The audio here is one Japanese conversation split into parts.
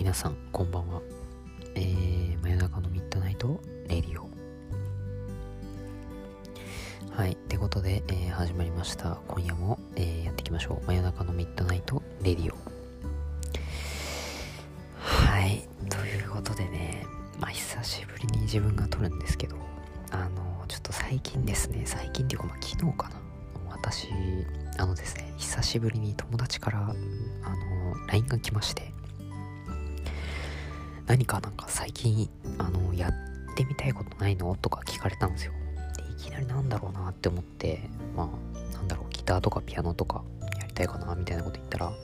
皆さんこんばんは。真夜中のミッドナイトレディオ。はい、ってことで、始まりました。今夜も、やっていきましょう。真夜中のミッドナイトレディオ。はい、ということでね、久しぶりに自分が撮るんですけど、ちょっと最近っていうか昨日かな。私ですね、久しぶりに友達からLINE が来まして、何か最近やってみたいことないのとか聞かれたんですよ。でいきなりなんだろうなって思って、ギターとかピアノとかやりたいかなみたいなこと言ったら、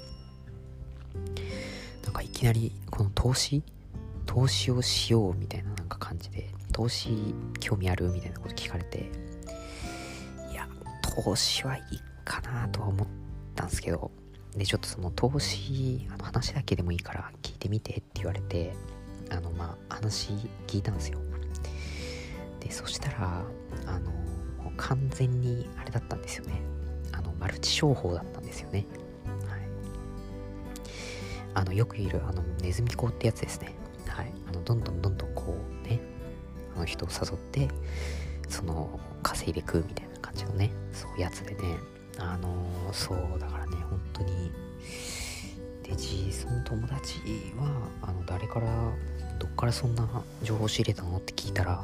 いきなりこの投資をしようみたいな感じで、投資興味あるみたいなこと聞かれて、いや投資はいいかなとは思ったんですけど、でちょっとその投資話だけでもいいから聞いてみてって言われて、話聞いたんですよ。でそしたらもう完全にあれだったんですよね。マルチ商法だったんですよね。はい。よくいるネズミ講ってやつですね。はい。どんどんこうね、人を誘って稼いでくみたいな感じのね、そういうやつでね、そうだからね、本当に。でその友達はどっからそんな情報仕入れたのって聞いたら、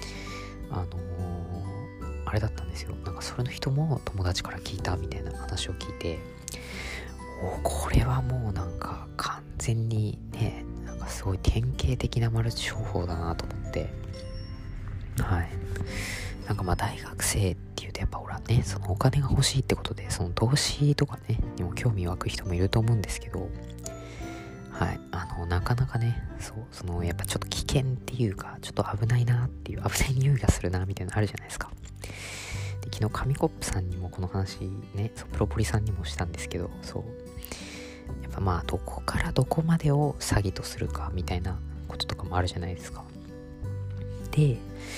あれだったんですよ。それの人も友達から聞いたみたいな話を聞いて、これはもう完全にね、すごい典型的なマルチ商法だなと思って、はい。大学生っていうとやっぱね、そのお金が欲しいってことで、その投資とかねにも興味湧く人もいると思うんですけど、はい、なかなかね、やっぱちょっと危険っていうか、ちょっと危ないなっていう、危ない匂いがするなみたいなのあるじゃないですか。で昨日紙コップさんにもこの話ね、プロポリさんにもしたんですけど、やっぱどこからどこまでを詐欺とするかみたいなこととかもあるじゃないですか。で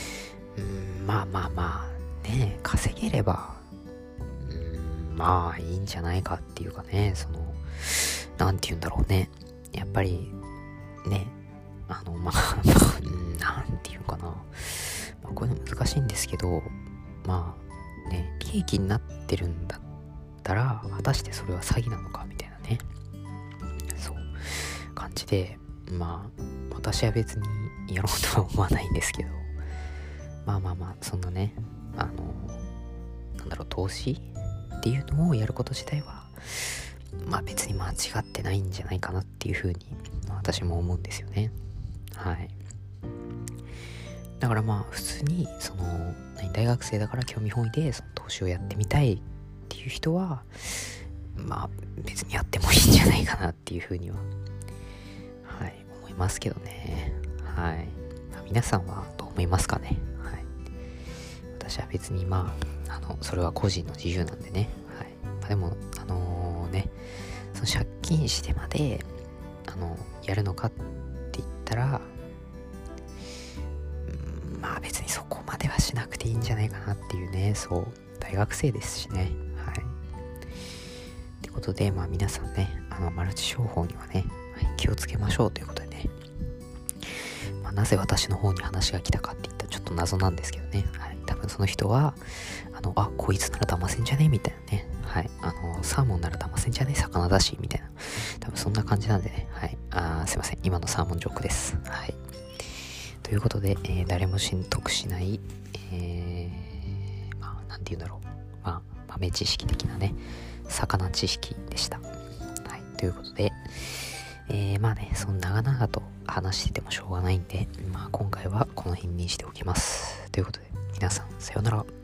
ね、稼げればいいんじゃないかっていうかね、なんて言うんだろうね、やっぱりね、なんて言うかな、こういうの難しいんですけど、ね、利益になってるんだったら果たしてそれは詐欺なのかみたいなね、そう感じで、私は別にやろうとは思わないんですけど、そんなね、投資っていうのをやること自体は別に間違ってないんじゃないかなっていうふうに私も思うんですよね。はい。だから普通に大学生だから興味本位でその投資をやってみたいっていう人は別にやってもいいんじゃないかなっていうふうには思いますけどね。はい。皆さんはどう思いますかね。はい。私は別にそれは個人の自由なんでね。はい。でもね、その借金してまでやるのかって言ったら、別にそこまではしなくていいんじゃないかなっていうね。大学生ですしね。はい。ってことで皆さんね、マルチ商法にはね、気をつけましょうということでね。なぜ私の方に話が来たかって言ったらちょっと謎なんですけどね。はい。多分その人はこいつなら騙せんじゃねみたいなね。はい。サーモンなら騙せんじゃね、魚だしみたいな。多分そんな感じなんでね。はい。すいません。今のサーモンジョークです。はい。ということで、誰も得しない、なんて言うんだろう。豆知識的なね、魚知識でした。はい。ということで、そんな長々と話しててもしょうがないんで、今回はこの辺にしておきます。ということで、皆さん、さようなら。